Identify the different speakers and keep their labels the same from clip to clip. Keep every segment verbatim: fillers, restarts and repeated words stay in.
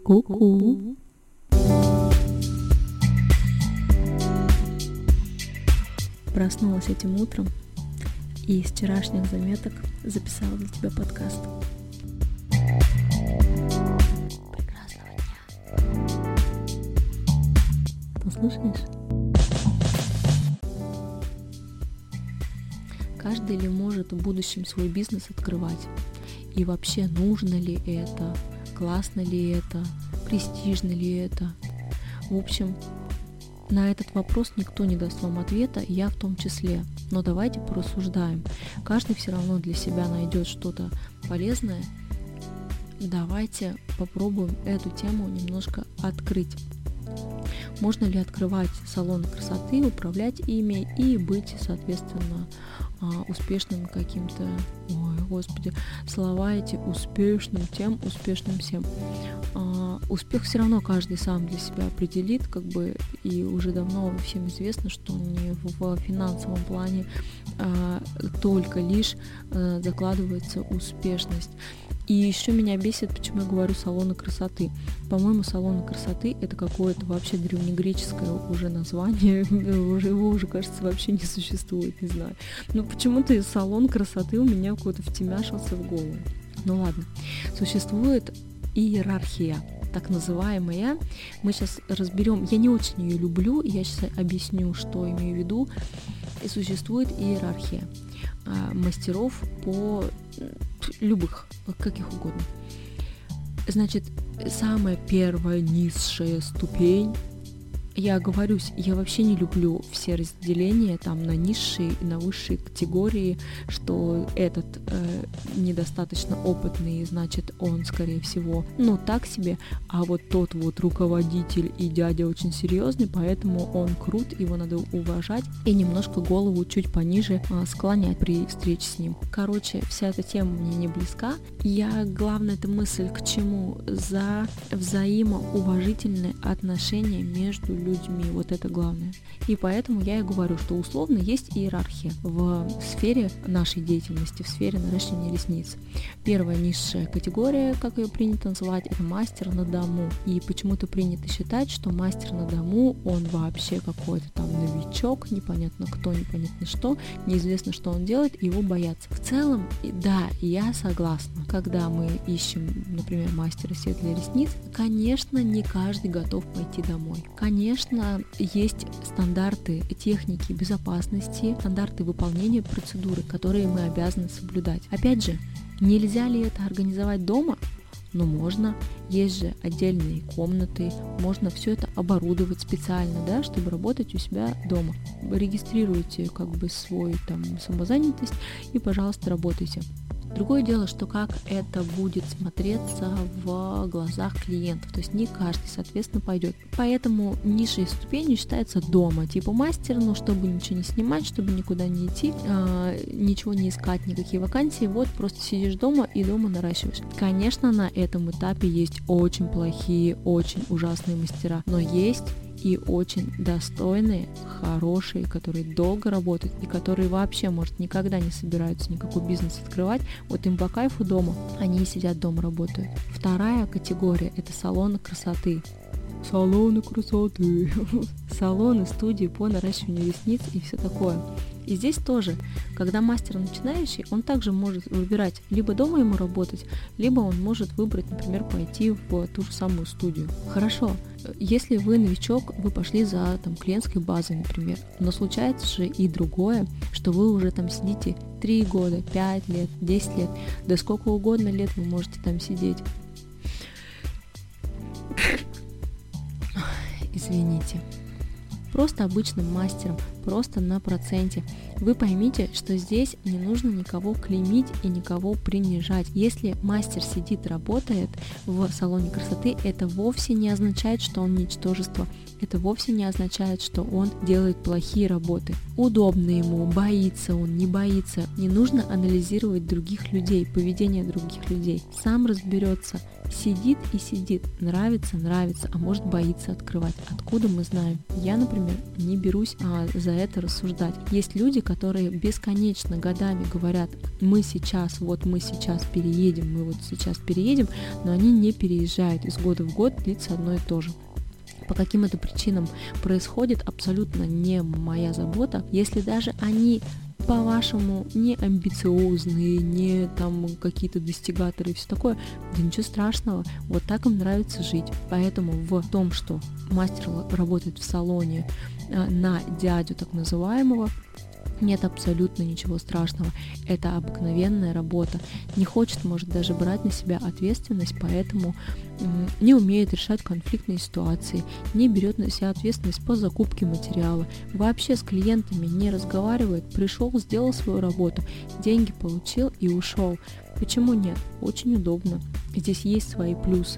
Speaker 1: Ку-ку. Проснулась этим утром и из вчерашних заметок записала для тебя подкаст. Прекрасного дня. Послушаешь? Каждый ли может в будущем свой бизнес открывать? И вообще, нужно ли это? Классно ли это? Престижно ли это? В общем, на этот вопрос никто не даст вам ответа, я в том числе. Но давайте порассуждаем. Каждый все равно для себя найдет что-то полезное. Давайте попробуем эту тему немножко открыть. Можно ли открывать салоны красоты, управлять ими и быть, соответственно, успешным каким-то, ой, господи, слова эти, успешным тем, успешным всем. А, успех все равно каждый сам для себя определит, как бы, и уже давно всем известно, что не в финансовом плане а, только лишь а, закладывается успешность. И еще меня бесит, почему я говорю салоны красоты. По-моему, салоны красоты — это какое-то вообще древнегреческое уже название, уже его уже, кажется, вообще не существует, не знаю. Но почему-то салон красоты у меня какой-то втемяшился в голову. Ну ладно, существует иерархия, так называемая. Мы сейчас разберем, я не очень ее люблю, я сейчас объясню, что имею в виду. И существует иерархия мастеров по любых, каких угодно. Значит, самая первая низшая ступень, я оговорюсь, я вообще не люблю все разделения там на низшие и на высшие категории, что этот э, недостаточно опытный, значит, он, скорее всего, ну, так себе, а вот тот вот руководитель и дядя очень серьезный, поэтому он крут, его надо уважать и немножко голову чуть пониже э, склонять при встрече с ним. Короче, вся эта тема мне не близка. Я, главная эта мысль к чему? За взаимоуважительные отношения между людьми, вот это главное. И поэтому я и говорю, что условно есть иерархия в сфере нашей деятельности, в сфере наращивания ресниц. Первая низшая категория, как ее принято называть, это мастер на дому. И почему-то принято считать, что мастер на дому, он вообще какой-то там новичок, непонятно кто, непонятно что, неизвестно, что он делает, и его боятся. В целом, да, я согласна. Когда мы ищем, например, мастера светлых ресниц, конечно, не каждый готов пойти домой. Конечно, есть стандарты техники безопасности, стандарты выполнения процедуры, которые мы обязаны соблюдать. Опять же, нельзя ли это организовать дома? Ну, можно. Есть же отдельные комнаты, можно все это оборудовать специально, да, чтобы работать у себя дома. Регистрируйте как бы свою там самозанятость и, пожалуйста, работайте. Другое дело, что как это будет смотреться в глазах клиентов, то есть не каждый, соответственно, пойдет. Поэтому низшей ступенью считается дома, типа мастер, но чтобы ничего не снимать, чтобы никуда не идти, э, ничего не искать, никакие вакансии, вот просто сидишь дома и дома наращиваешь. Конечно, на этом этапе есть очень плохие, очень ужасные мастера, но есть и очень достойные, хорошие, которые долго работают и которые вообще, может, никогда не собираются никакой бизнес открывать. Вот им по кайфу дома, они сидят дома, работают. Вторая категория – это салоны красоты. Салоны красоты, салоны, студии по наращиванию ресниц и все такое. И здесь тоже, когда мастер начинающий, он также может выбирать либо дома ему работать, либо он может выбрать, например, пойти в ту же самую студию. Хорошо, если вы новичок, вы пошли за там, клиентской базой, например, но случается же и другое, что вы уже там сидите три года, пять лет, десять лет, да сколько угодно лет вы можете там сидеть. Извините. Просто обычным мастером, просто на проценте. Вы поймите, что здесь не нужно никого клеймить и никого принижать. Если мастер сидит, работает в салоне красоты, это вовсе не означает, что он ничтожество. Это вовсе не означает, что он делает плохие работы. Удобно ему, боится он, не боится. Не нужно анализировать других людей, поведение других людей. Сам разберется. Сидит и сидит, нравится, нравится, а может боится открывать. Откуда мы знаем? Я, например, не берусь а, за это рассуждать. Есть люди, которые бесконечно годами говорят: мы сейчас, вот мы сейчас переедем, мы вот сейчас переедем, но они не переезжают, из года в год длится одно и то же. По каким это причинам происходит, абсолютно не моя забота. Если даже они, по-вашему, не амбициозные, не там какие-то достигаторы и все такое, да ничего страшного, вот так им нравится жить. Поэтому в том, что мастер работает в салоне на дядю так называемого, нет абсолютно ничего страшного. Это обыкновенная работа. Не хочет, может, даже брать на себя ответственность, поэтому не умеет решать конфликтные ситуации, не берет на себя ответственность по закупке материала, вообще с клиентами не разговаривает, пришел, сделал свою работу, деньги получил и ушел. Почему нет? Очень удобно. Здесь есть свои плюсы.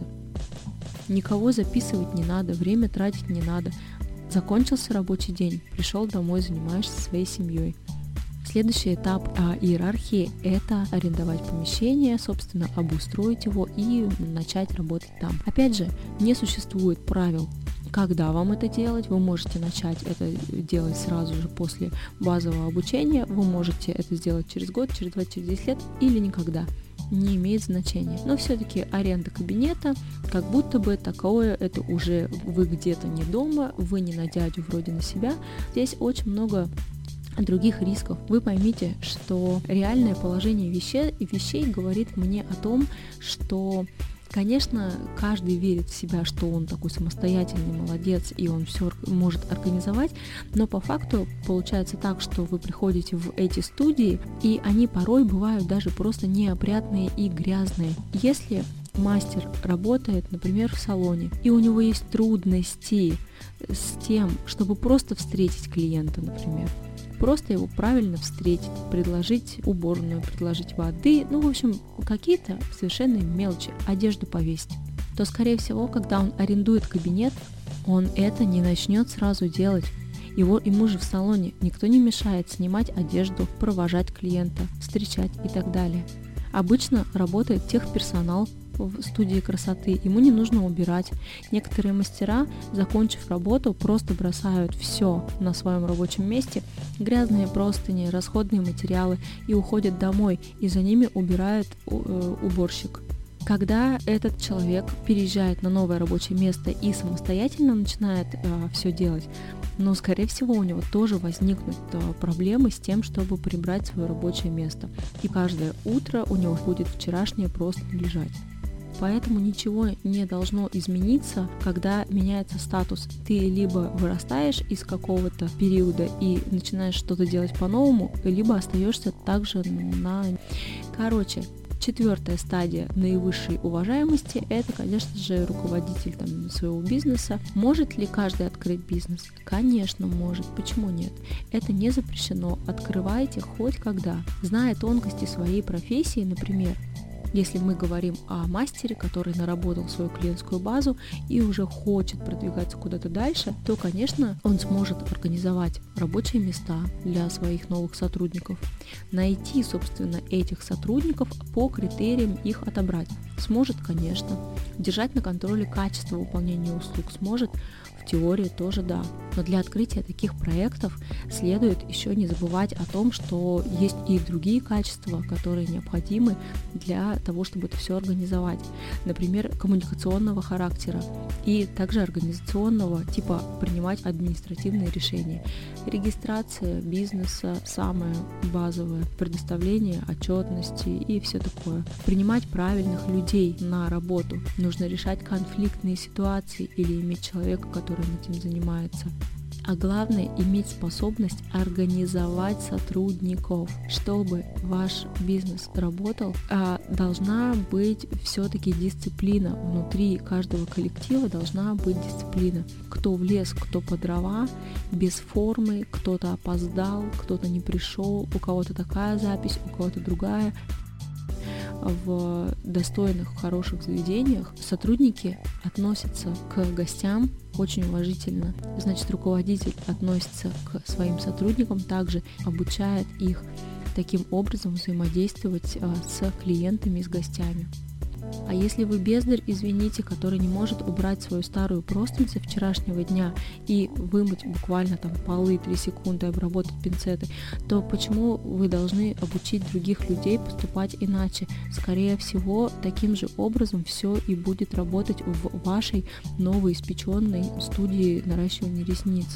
Speaker 1: Никого записывать не надо, время тратить не надо. Закончился рабочий день, пришел домой, занимаешься своей семьей. Следующий этап а, иерархии – это арендовать помещение, собственно, обустроить его и начать работать там. Опять же, не существует правил, когда вам это делать. Вы можете начать это делать сразу же после базового обучения, вы можете это сделать через год, через два, через десять лет или никогда. Не имеет значения. Но все-таки аренда кабинета, как будто бы такое, это уже вы где-то не дома, вы не на дядю, вроде на себя. Здесь очень много других рисков. Вы поймите, что реальное положение вещей, вещей говорит мне о том, что, конечно, каждый верит в себя, что он такой самостоятельный молодец и он все может организовать, но по факту получается так, что вы приходите в эти студии, и они порой бывают даже просто неопрятные и грязные. Если мастер работает, например, в салоне, и у него есть трудности с тем, чтобы просто встретить клиента, например, просто его правильно встретить, предложить уборную, предложить воды, ну, в общем, какие-то совершенно мелочи, одежду повесить, то, скорее всего, когда он арендует кабинет, он это не начнет сразу делать. Его, ему же в салоне никто не мешает снимать одежду, провожать клиента, встречать и так далее. Обычно работает техперсонал в студии красоты, ему не нужно убирать. Некоторые мастера, закончив работу, просто бросают все на своем рабочем месте, грязные простыни, расходные материалы, и уходят домой, и за ними убирает э, уборщик. Когда этот человек переезжает на новое рабочее место и самостоятельно начинает э, все делать, но, скорее всего, у него тоже возникнут э, проблемы с тем, чтобы прибрать свое рабочее место. И каждое утро у него будет вчерашнее просто лежать. Поэтому ничего не должно измениться, когда меняется статус. Ты либо вырастаешь из какого-то периода и начинаешь что-то делать по-новому, либо остаешься также на... Короче, четвертая стадия наивысшей уважаемости – это, конечно же, руководитель там, своего бизнеса. Может ли каждый открыть бизнес? Конечно, может. Почему нет? Это не запрещено. Открывайте хоть когда. Зная тонкости своей профессии, например, если мы говорим о мастере, который наработал свою клиентскую базу и уже хочет продвигаться куда-то дальше, то, конечно, он сможет организовать рабочие места для своих новых сотрудников, найти, собственно, этих сотрудников по критериям, их отобрать. Сможет, конечно. Держать на контроле качество выполнения услуг сможет, в теории тоже да. Но для открытия таких проектов следует еще не забывать о том, что есть и другие качества, которые необходимы для того, чтобы это все организовать. Например, коммуникационного характера и также организационного, типа принимать административные решения. Регистрация бизнеса, самое базовое, предоставление отчетности и все такое. Принимать правильных людей на работу. Нужно решать конфликтные ситуации или иметь человека, который этим занимается. А главное, иметь способность организовать сотрудников. Чтобы ваш бизнес работал, а должна быть все-таки дисциплина. Внутри каждого коллектива должна быть дисциплина. Кто влез, кто по дрова, без формы, кто-то опоздал, кто-то не пришел, у кого-то такая запись, у кого-то другая. В достойных, хороших заведениях сотрудники относятся к гостям очень уважительно. Значит, руководитель относится к своим сотрудникам, также обучает их таким образом взаимодействовать с клиентами, с гостями. А если вы бездарь, извините, который не может убрать свою старую простынь со вчерашнего дня и вымыть буквально там полы три секунды, обработать пинцетой, то почему вы должны обучить других людей поступать иначе? Скорее всего, таким же образом все и будет работать в вашей новой испеченной студии наращивания ресниц.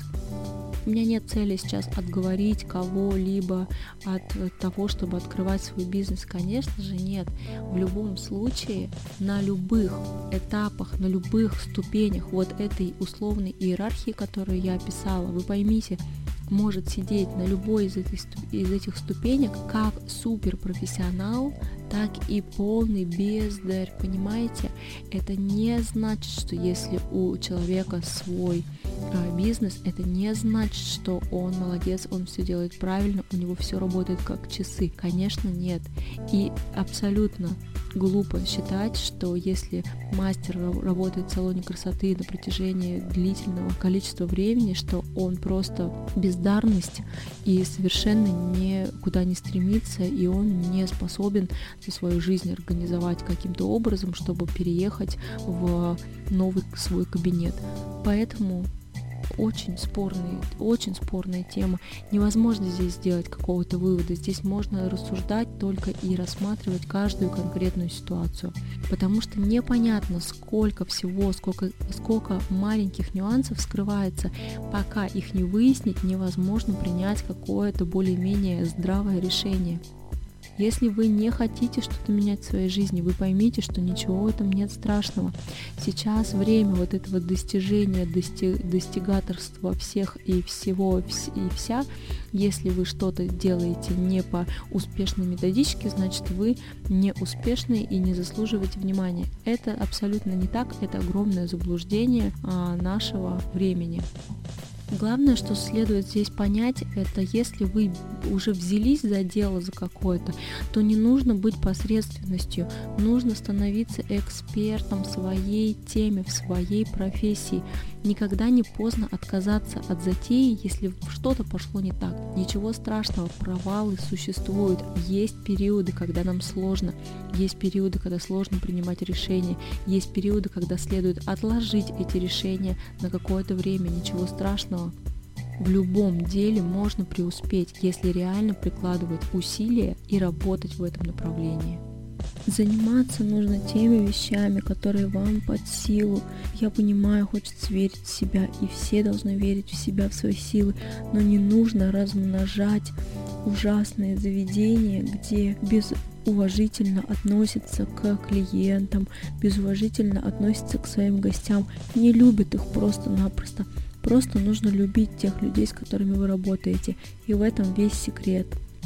Speaker 1: У меня нет цели сейчас отговорить кого-либо от того, чтобы открывать свой бизнес. Конечно же, нет. В любом случае, на любых этапах, на любых ступенях вот этой условной иерархии, которую я описала, вы поймите, может сидеть на любой из этих, из этих ступенек как суперпрофессионал, так и полный бездарь, понимаете? Это не значит, что если у человека свой э, бизнес, это не значит, что он молодец, он все делает правильно, у него все работает как часы. Конечно, нет. И абсолютно глупо считать, что если мастер работает в салоне красоты на протяжении длительного количества времени, что он просто бездарность и совершенно никуда не стремится, и он не способен свою жизнь организовать каким-то образом, чтобы переехать в новый свой кабинет. Поэтому очень спорная, очень спорная тема. Невозможно здесь сделать какого-то вывода. Здесь можно рассуждать только и рассматривать каждую конкретную ситуацию. Потому что непонятно, сколько всего, сколько, сколько маленьких нюансов скрывается. Пока их не выяснить, невозможно принять какое-то более-менее здравое решение. Если вы не хотите что-то менять в своей жизни, вы поймите, что ничего в этом нет страшного. Сейчас время вот этого достижения, дости, достигаторства всех и всего и вся. Если вы что-то делаете не по успешной методичке, значит вы не успешны и не заслуживаете внимания. Это абсолютно не так, это огромное заблуждение а, нашего времени. Главное, что следует здесь понять, это если вы уже взялись за дело за какое-то, то не нужно быть посредственностью, нужно становиться экспертом в своей теме, в своей профессии. Никогда не поздно отказаться от затеи, если что-то пошло не так. Ничего страшного, провалы существуют. Есть периоды, когда нам сложно, есть периоды, когда сложно принимать решения, есть периоды, когда следует отложить эти решения на какое-то время. Ничего страшного. В любом деле можно преуспеть, если реально прикладывать усилия и работать в этом направлении. Заниматься нужно теми вещами, которые вам под силу. Я понимаю, хочется верить в себя, и все должны верить в себя, в свои силы, но не нужно размножать ужасные заведения, где безуважительно относятся к клиентам, безуважительно относятся к своим гостям, не любят их просто-напросто. Просто нужно любить тех людей, с которыми вы работаете, и в этом весь секрет.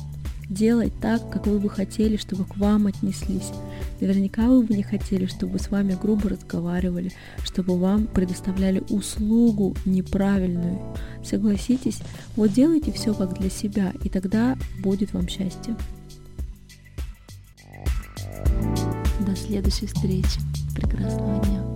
Speaker 1: Делать так, как вы бы хотели, чтобы к вам отнеслись. Наверняка вы бы не хотели, чтобы с вами грубо разговаривали, чтобы вам предоставляли услугу неправильную. Согласитесь, вот делайте все как для себя, и тогда будет вам счастье. До следующей встречи. Прекрасного дня.